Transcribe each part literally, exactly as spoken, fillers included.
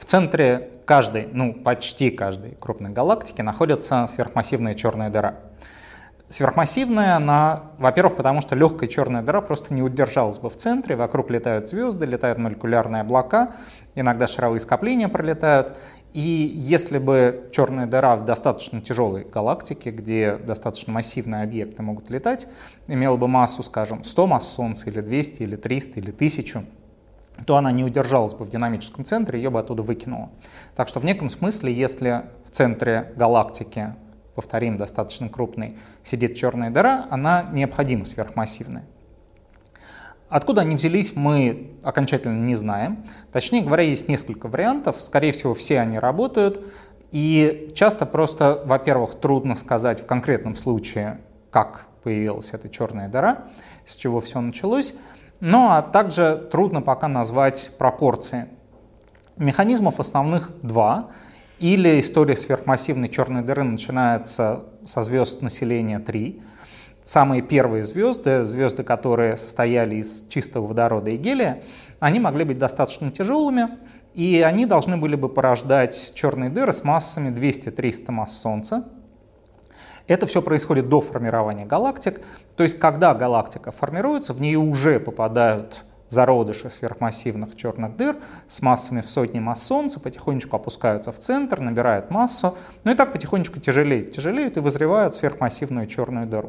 В центре каждой, ну почти каждой крупной галактики находится сверхмассивная черная дыра. Сверхмассивная она, во-первых, потому что легкая черная дыра просто не удержалась бы в центре, вокруг летают звезды, летают молекулярные облака, иногда шаровые скопления пролетают. И если бы черная дыра в достаточно тяжелой галактике, где достаточно массивные объекты могут летать, имела бы массу, скажем, сто масс Солнца, или двести, или триста, или тысячу, то она не удержалась бы в динамическом центре, ее бы оттуда выкинуло. Так что в неком смысле, если в центре галактики, повторим, достаточно крупный, сидит черная дыра, она необходимо сверхмассивная. Откуда они взялись, мы окончательно не знаем. Точнее говоря, есть несколько вариантов. Скорее всего, все они работают. И часто просто, во-первых, трудно сказать в конкретном случае, как появилась эта черная дыра, с чего все началось. Ну а также трудно пока назвать пропорции. Механизмов основных два. Или история сверхмассивной черной дыры начинается со звезд населения три. Самые первые звезды, звезды, которые состояли из чистого водорода и гелия, они могли быть достаточно тяжелыми, и они должны были бы порождать черные дыры с массами двести-триста масс Солнца. Это все происходит до формирования галактик, то есть когда галактика формируется, в нее уже попадают зародыши сверхмассивных черных дыр с массами в сотни масс Солнца, потихонечку опускаются в центр, набирают массу, ну и так потихонечку тяжелеют, тяжелеют и вызревают сверхмассивную черную дыру.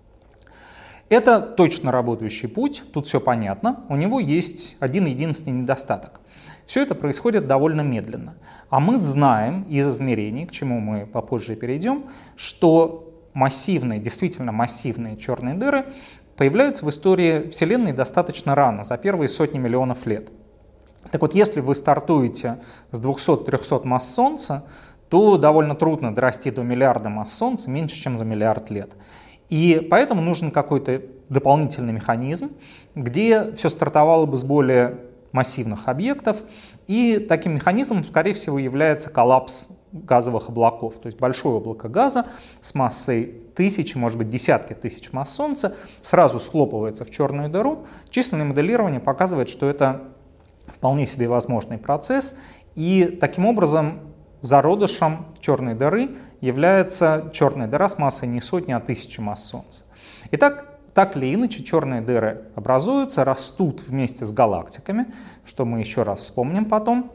Это точно работающий путь, тут все понятно, у него есть один единственный недостаток. Все это происходит довольно медленно. А мы знаем из измерений, к чему мы попозже перейдем, что массивные, действительно массивные черные дыры появляются в истории Вселенной достаточно рано, за первые сотни миллионов лет. Так вот, если вы стартуете с двухсот-трехсот масс Солнца, то довольно трудно дорасти до миллиарда масс Солнца меньше, чем за миллиард лет. И поэтому нужен какой-то дополнительный механизм, где все стартовало бы с более массивных объектов. И таким механизмом, скорее всего, является коллапс газовых облаков. То есть большое облако газа с массой тысячи, может быть, десятки тысяч масс Солнца сразу схлопывается в черную дыру. Численное моделирование показывает, что это вполне себе возможный процесс. И таким образом зародышем черной дыры является черная дыра с массой не сотни, а тысячи масс Солнца. Итак, так или иначе, черные дыры образуются, растут вместе с галактиками, что мы еще раз вспомним потом.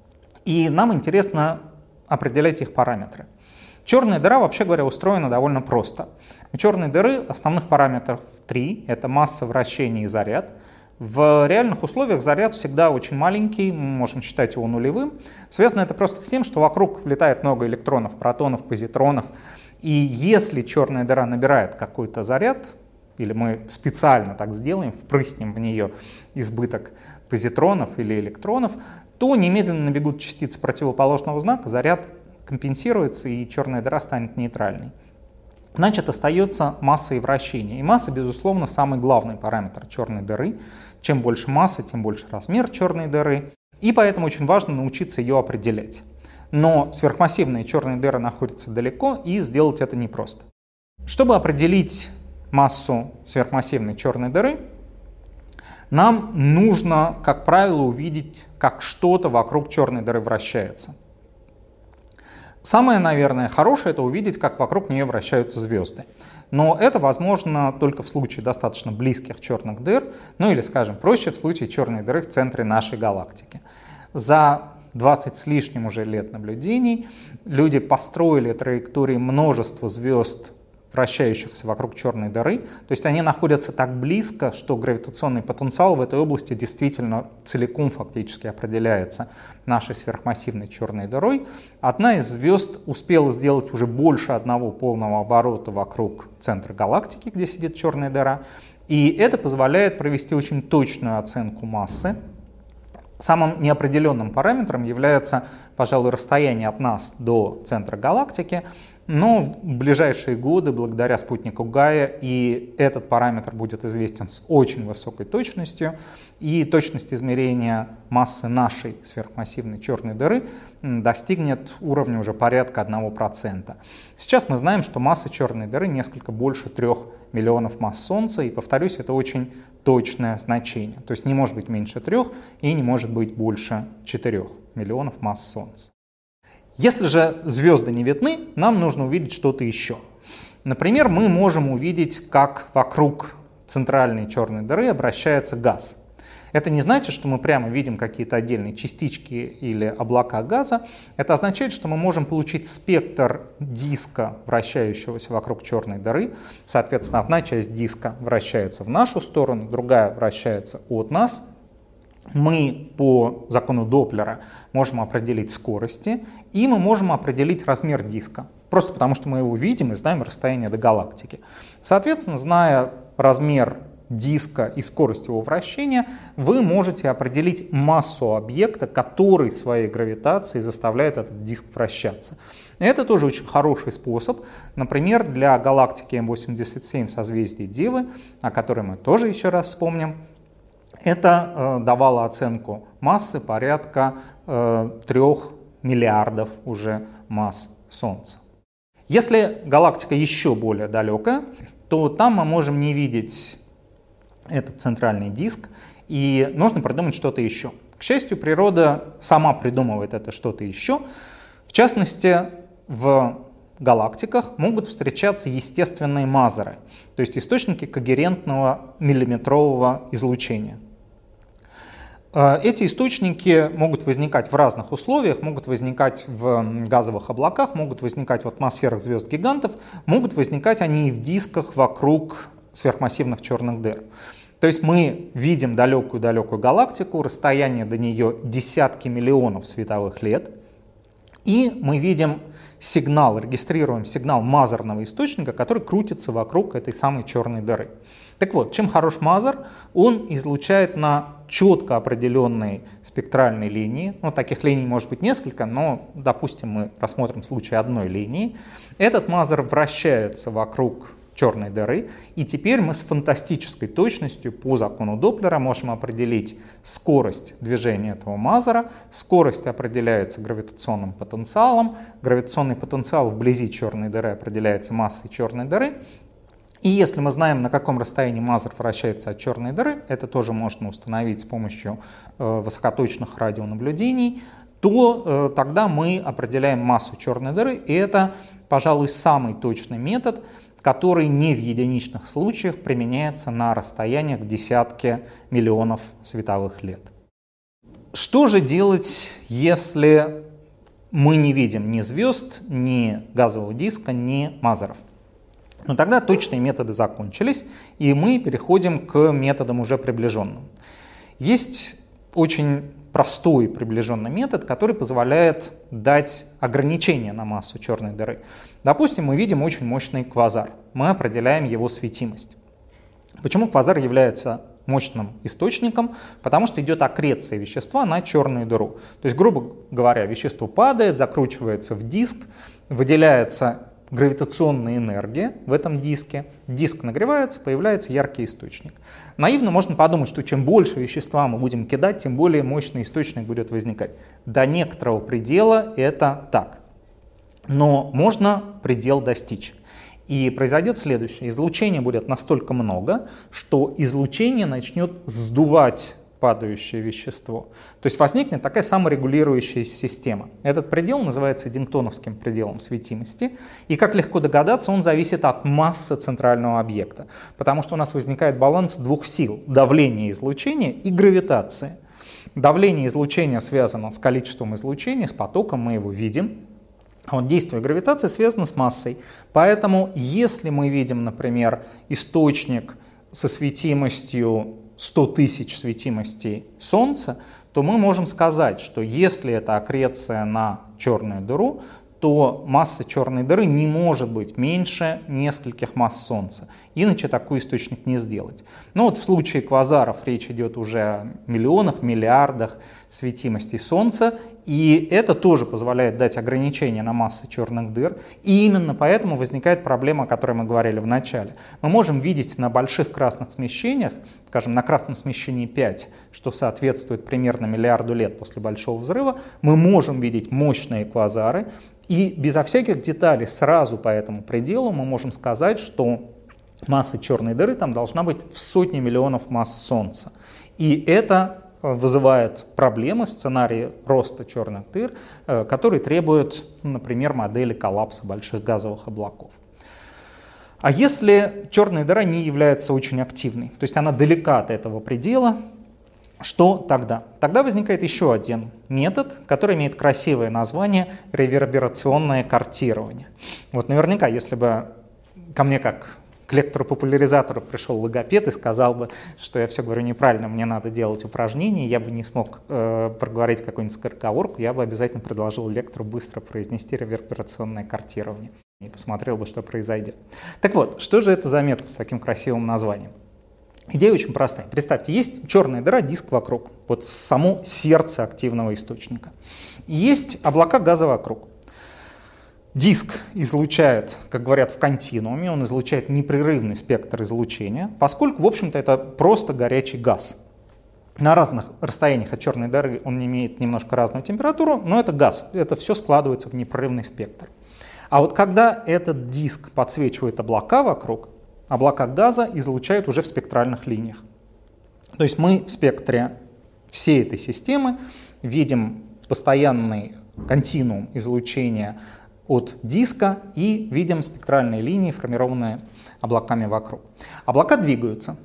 И нам интересно определять их параметры. Черная дыра, вообще говоря, устроена довольно просто. У черной дыры основных параметров три. Это масса, вращение и заряд. В реальных условиях заряд всегда очень маленький, мы можем считать его нулевым. Связано это просто с тем, что вокруг летает много электронов, протонов, позитронов. И если черная дыра набирает какой-то заряд, или мы специально так сделаем, впрыснем в нее избыток позитронов или электронов, то немедленно набегут частицы противоположного знака, заряд компенсируется и черная дыра станет нейтральной. Значит, остается масса и вращение. И масса, безусловно, самый главный параметр черной дыры. Чем больше масса, тем больше размер черной дыры. И поэтому очень важно научиться ее определять. Но сверхмассивные черные дыры находятся далеко, и сделать это непросто. Чтобы определить массу сверхмассивной черной дыры, нам нужно, как правило, увидеть, как что-то вокруг черной дыры вращается. Самое, наверное, хорошее — это увидеть, как вокруг нее вращаются звезды. Но это возможно только в случае достаточно близких черных дыр, ну или, скажем проще, в случае черной дыры в центре нашей галактики. За двадцать с лишним уже лет наблюдений люди построили траектории множества звезд, вращающихся вокруг черной дыры. То есть они находятся так близко, что гравитационный потенциал в этой области действительно целиком фактически определяется нашей сверхмассивной черной дырой. Одна из звезд успела сделать уже больше одного полного оборота вокруг центра галактики, где сидит черная дыра. И это позволяет провести очень точную оценку массы. Самым неопределенным параметром является, пожалуй, расстояние от нас до центра галактики. Но в ближайшие годы, благодаря спутнику Гайа, и этот параметр будет известен с очень высокой точностью, и точность измерения массы нашей сверхмассивной черной дыры достигнет уровня уже порядка одного процента. Сейчас мы знаем, что масса черной дыры несколько больше трех миллионов масс Солнца, и, повторюсь, это очень точное значение. То есть не может быть меньше трех и не может быть больше четырех миллионов масс Солнца. Если же звезды не видны, нам нужно увидеть что-то еще. Например, мы можем увидеть, как вокруг центральной черной дыры обращается газ. Это не значит, что мы прямо видим какие-то отдельные частички или облака газа. Это означает, что мы можем получить спектр диска, вращающегося вокруг черной дыры. Соответственно, одна часть диска вращается в нашу сторону, другая вращается от нас. Мы по закону Доплера можем определить скорости, и мы можем определить размер диска, просто потому что мы его видим и знаем расстояние до галактики. Соответственно, зная размер диска и скорость его вращения, вы можете определить массу объекта, который своей гравитацией заставляет этот диск вращаться. Это тоже очень хороший способ, например, для галактики эм восемьдесят семь созвездия Девы, о которой мы тоже еще раз вспомним. Это э, давало оценку массы порядка э, трех миллиардов уже масс Солнца. Если галактика еще более далекая, то там мы можем не видеть этот центральный диск, и нужно придумать что-то еще. К счастью, природа сама придумывает это что-то еще. В частности, в галактиках могут встречаться естественные мазеры, то есть источники когерентного миллиметрового излучения. Эти источники могут возникать в разных условиях, могут возникать в газовых облаках, могут возникать в атмосферах звезд-гигантов, могут возникать они и в дисках вокруг сверхмассивных черных дыр. То есть мы видим далекую-далекую галактику, расстояние до нее десятки миллионов световых лет, и мы видим сигнал, регистрируем сигнал мазерного источника, который крутится вокруг этой самой черной дыры. Так вот, чем хорош мазер? Он излучает на четко определенной спектральной линии. Ну, таких линий может быть несколько, но, допустим, мы рассмотрим случай одной линии. Этот мазер вращается вокруг черной дыры, и теперь мы с фантастической точностью по закону Доплера можем определить скорость движения этого мазера. Скорость определяется гравитационным потенциалом. Гравитационный потенциал вблизи черной дыры определяется массой черной дыры. И если мы знаем, на каком расстоянии мазер вращается от черной дыры, это тоже можно установить с помощью э, высокоточных радионаблюдений, то э, тогда мы определяем массу черной дыры, и это, пожалуй, самый точный метод, который не в единичных случаях применяется на расстояниях в десятки миллионов световых лет. Что же делать, если мы не видим ни звезд, ни газового диска, ни мазеров? Но тогда точные методы закончились, и мы переходим к методам уже приближенным. Есть очень простой приближенный метод, который позволяет дать ограничение на массу черной дыры. Допустим, мы видим очень мощный квазар. Мы определяем его светимость. Почему квазар является мощным источником? Потому что идет аккреция вещества на черную дыру. То есть, грубо говоря, вещество падает, закручивается в диск, выделяется гравитационная энергия в этом диске, диск нагревается, появляется яркий источник. Наивно можно подумать, что чем больше вещества мы будем кидать, тем более мощный источник будет возникать. До некоторого предела это так. Но можно предел достичь. И произойдет следующее. Излучения будет настолько много, что излучение начнет сдувать падающее вещество. То есть возникнет такая саморегулирующаяся система. Этот предел называется эддингтоновским пределом светимости. И, как легко догадаться, он зависит от массы центрального объекта. Потому что у нас возникает баланс двух сил – давления излучения и гравитации. Давление излучения связано с количеством излучения, с потоком, мы его видим. А вот действие гравитации связано с массой. Поэтому, если мы видим, например, источник со светимостью сто тысяч светимостей Солнца, то мы можем сказать, что если это аккреция на черную дыру, то что масса черной дыры не может быть меньше нескольких масс Солнца. Иначе такой источник не сделать. Но вот в случае квазаров речь идет уже о миллионах, миллиардах светимостей Солнца. И это тоже позволяет дать ограничение на массы черных дыр. И именно поэтому возникает проблема, о которой мы говорили в начале. Мы можем видеть на больших красных смещениях, скажем, на красном смещении пять, что соответствует примерно миллиарду лет после Большого взрыва, мы можем видеть мощные квазары. И безо всяких деталей сразу по этому пределу мы можем сказать, что масса черной дыры там должна быть в сотни миллионов масс Солнца. И это вызывает проблемы в сценарии роста черных дыр, которые требуют, например, модели коллапса больших газовых облаков. А если черная дыра не является очень активной, то есть она далека от этого предела, что тогда? Тогда возникает еще один метод, который имеет красивое название реверберационное картирование. Вот наверняка, если бы ко мне как к лектору-популяризатору пришел логопед и сказал бы, что я все говорю неправильно, мне надо делать упражнения, я бы не смог э, проговорить какую-нибудь скороговорку, я бы обязательно предложил лектору быстро произнести реверберационное картирование и посмотрел бы, что произойдет. Так вот, что же это за метод с таким красивым названием? Идея очень простая. Представьте, есть черная дыра, диск вокруг, вот само сердце активного источника. И есть облака газа вокруг. Диск излучает, как говорят, в континууме, он излучает непрерывный спектр излучения, поскольку, в общем-то, это просто горячий газ. На разных расстояниях от черной дыры он имеет немножко разную температуру, но это газ, это все складывается в непрерывный спектр. А вот когда этот диск подсвечивает облака вокруг, облака газа излучают уже в спектральных линиях. То есть мы в спектре всей этой системы видим постоянный континуум излучения от диска и видим спектральные линии, формированные облаками вокруг. Облака двигаются,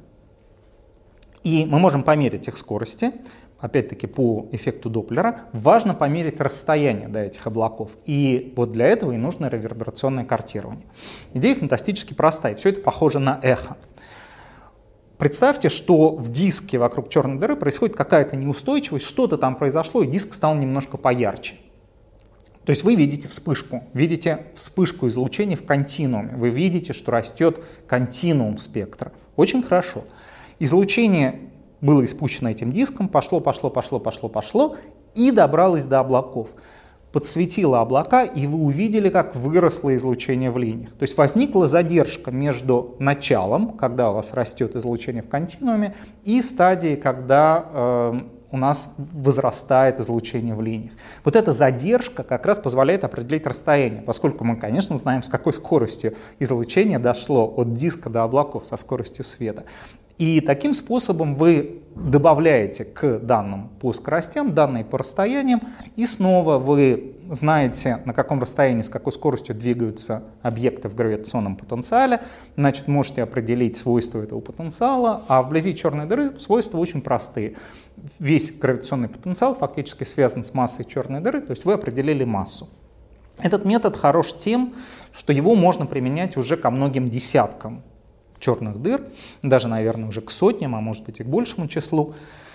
и мы можем померить их скорости, опять-таки по эффекту Доплера. Важно померить расстояние до этих облаков, и вот для этого и нужно реверберационное картирование. Идея фантастически простая, все это похоже на эхо. Представьте, что в диске вокруг черной дыры происходит какая-то неустойчивость, что-то там произошло, и диск стал немножко поярче. То есть вы видите вспышку, видите вспышку излучения в континууме, вы видите, что растет континуум спектра. Очень хорошо. Излучение было испущено этим диском, пошло, пошло, пошло, пошло, пошло и добралось до облаков. Подсветило облака, и вы увидели, как выросло излучение в линиях. То есть возникла задержка между началом, когда у вас растет излучение в континууме, и стадией, когда э, у нас возрастает излучение в линиях. Вот эта задержка как раз позволяет определить расстояние, поскольку мы, конечно, знаем, с какой скоростью излучение дошло от диска до облаков со скоростью света. И таким способом вы добавляете к данным по скоростям данные по расстояниям, и снова вы знаете, на каком расстоянии, с какой скоростью двигаются объекты в гравитационном потенциале, значит, можете определить свойства этого потенциала, а вблизи черной дыры свойства очень простые. Весь гравитационный потенциал фактически связан с массой черной дыры, то есть вы определили массу. Этот метод хорош тем, что его можно применять уже ко многим десяткам черных дыр, даже, наверное, уже к сотням, а может быть и к большему числу.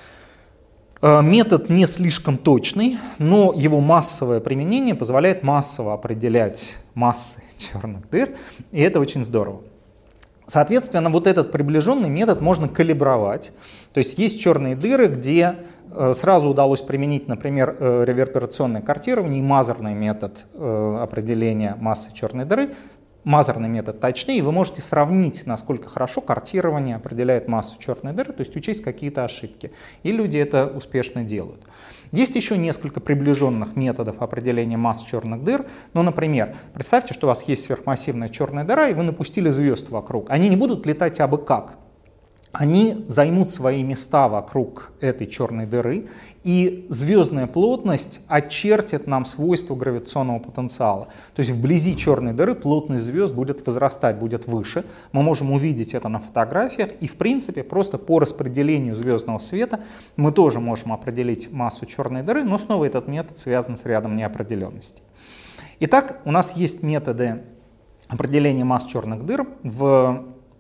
Метод не слишком точный, но его массовое применение позволяет массово определять массы черных дыр, и это очень здорово. Соответственно, вот этот приближенный метод можно калибровать. То есть есть черные дыры, где сразу удалось применить, например, реверберационное картирование и мазерный метод определения массы черной дыры. Мазерный метод точнее, и вы можете сравнить, насколько хорошо картирование определяет массу черной дыры, то есть учесть какие-то ошибки. И люди это успешно делают. Есть еще несколько приближенных методов определения масс черных дыр. Ну, например, представьте, что у вас есть сверхмассивная черная дыра, и вы напустили звезд вокруг. Они не будут летать абы как. Они займут свои места вокруг этой черной дыры, и звездная плотность очертит нам свойства гравитационного потенциала. То есть вблизи черной дыры плотность звезд будет возрастать, будет выше. Мы можем увидеть это на фотографиях, и в принципе просто по распределению звездного света мы тоже можем определить массу черной дыры, но снова этот метод связан с рядом неопределенностей. Итак, у нас есть методы определения масс черных дыр в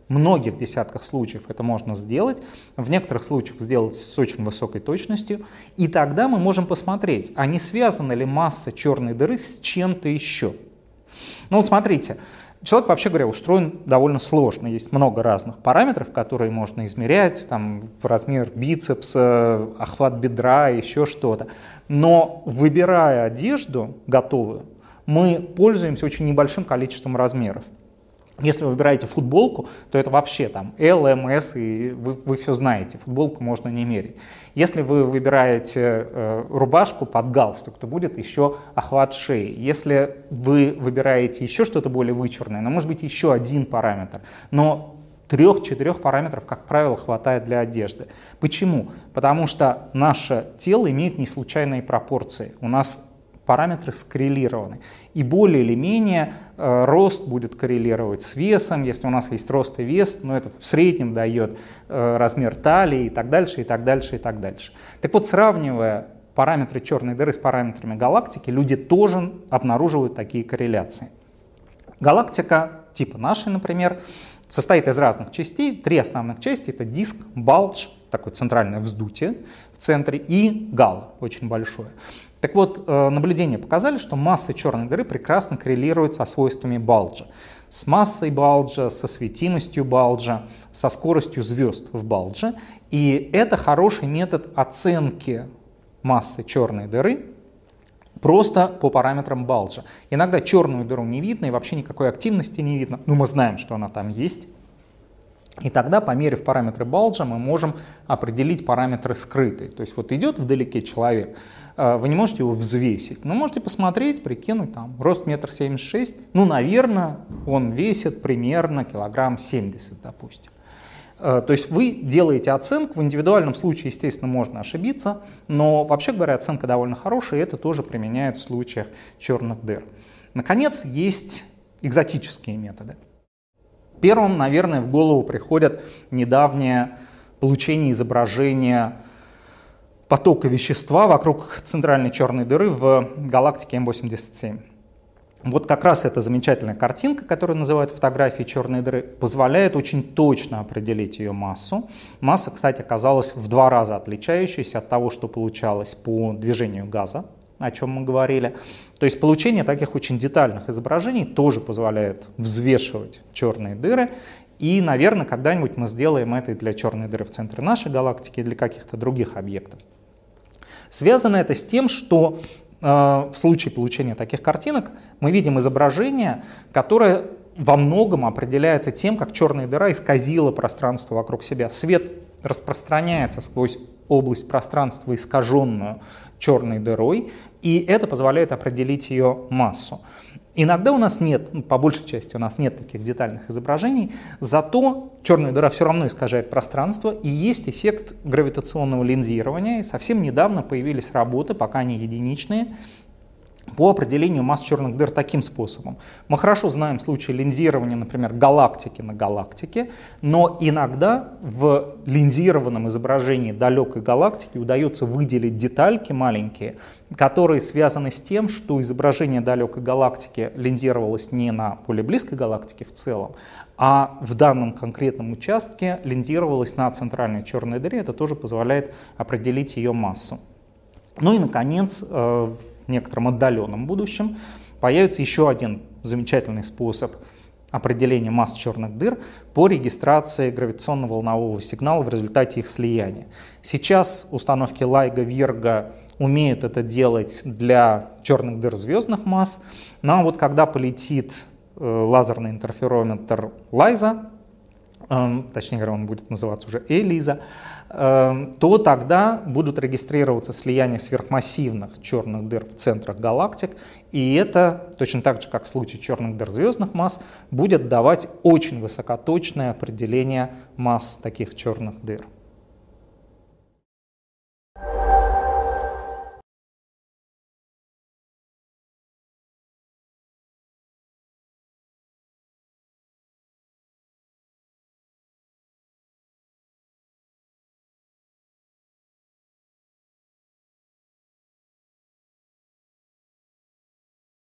многих десятках случаев это можно сделать, в некоторых случаях сделать с очень высокой точностью, и тогда мы можем посмотреть, а не связана ли масса черной дыры с чем-то еще. Ну вот смотрите, человек, вообще говоря, устроен довольно сложно, есть много разных параметров, которые можно измерять, там размер бицепса, охват бедра, еще что-то, но выбирая одежду готовую, мы пользуемся очень небольшим количеством размеров. Если вы выбираете футболку, то это вообще там L, M, S, и вы, вы все знаете, футболку можно не мерить. Если вы выбираете э, рубашку под галстук, то будет еще охват шеи. Если вы выбираете еще что-то более вычурное, ну, может быть, еще один параметр, но трех-четырех параметров, как правило, хватает для одежды. Почему? Потому что наше тело имеет не случайные пропорции. У нас параметры скоррелированы. И более или менее э, рост будет коррелировать с весом. Если у нас есть рост и вес, но это в среднем дает э, размер талии и так дальше, и так дальше, и так дальше. Так вот, сравнивая параметры черной дыры с параметрами галактики, люди тоже обнаруживают такие корреляции. Галактика, типа нашей, например, состоит из разных частей. Три основных части — это диск, балдж, такое центральное вздутие в центре, и гало, очень большое. Так вот, наблюдения показали, что масса черной дыры прекрасно коррелирует со свойствами балджа. С массой балджа, со светимостью балджа, со скоростью звезд в балдже. И это хороший метод оценки массы черной дыры просто по параметрам балджа. Иногда черную дыру не видно и вообще никакой активности не видно, но мы знаем, что она там есть. И тогда, померив параметры балджа, мы можем определить параметры скрытые. То есть вот идет вдалеке человек, вы не можете его взвесить, но можете посмотреть, прикинуть, там, рост метр семьдесят шесть, ну, наверное, он весит примерно килограмм семьдесят, допустим. То есть вы делаете оценку, в индивидуальном случае, естественно, можно ошибиться, но, вообще говоря, оценка довольно хорошая, и это тоже применяют в случаях черных дыр. Наконец, есть экзотические методы. Первым, наверное, в голову приходит недавнее получение изображения потока вещества вокруг центральной черной дыры в галактике эм восемьдесят семь. Вот как раз эта замечательная картинка, которую называют фотографией черной дыры, позволяет очень точно определить ее массу. Масса, кстати, оказалась в два раза отличающейся от того, что получалось по движению газа, о чем мы говорили. То есть получение таких очень детальных изображений тоже позволяет взвешивать черные дыры. И, наверное, когда-нибудь мы сделаем это и для черной дыры в центре нашей галактики, и для каких-то других объектов. Связано это с тем, что э, в случае получения таких картинок мы видим изображение, которое во многом определяется тем, как черная дыра исказила пространство вокруг себя. Свет распространяется сквозь область пространства, искаженную черной дырой, и это позволяет определить ее массу. Иногда у нас нет, ну, по большей части у нас нет таких детальных изображений, зато черная дыра все равно искажает пространство, и есть эффект гравитационного линзирования. И совсем недавно появились работы, пока они единичные, по определению масс черных дыр таким способом. Мы хорошо знаем случаи линзирования, например, галактики на галактике, но иногда в линзированном изображении далекой галактики удается выделить детальки маленькие, которые связаны с тем, что изображение далекой галактики линзировалось не на поле близкой галактики в целом, а в данном конкретном участке линзировалось на центральной черной дыре. Это тоже позволяет определить ее массу. Ну и, наконец, в некотором отдаленном будущем появится еще один замечательный способ определения масс черных дыр по регистрации гравитационно-волнового сигнала в результате их слияния. Сейчас установки LIGO, Virgo умеют это делать для черных дыр звездных масс, но вот когда полетит лазерный интерферометр LISA, точнее говоря, он будет называться уже ELISA, то тогда будут регистрироваться слияния сверхмассивных черных дыр в центрах галактик, и это, точно так же, как в случае черных дыр звездных масс, будет давать очень высокоточное определение масс таких черных дыр.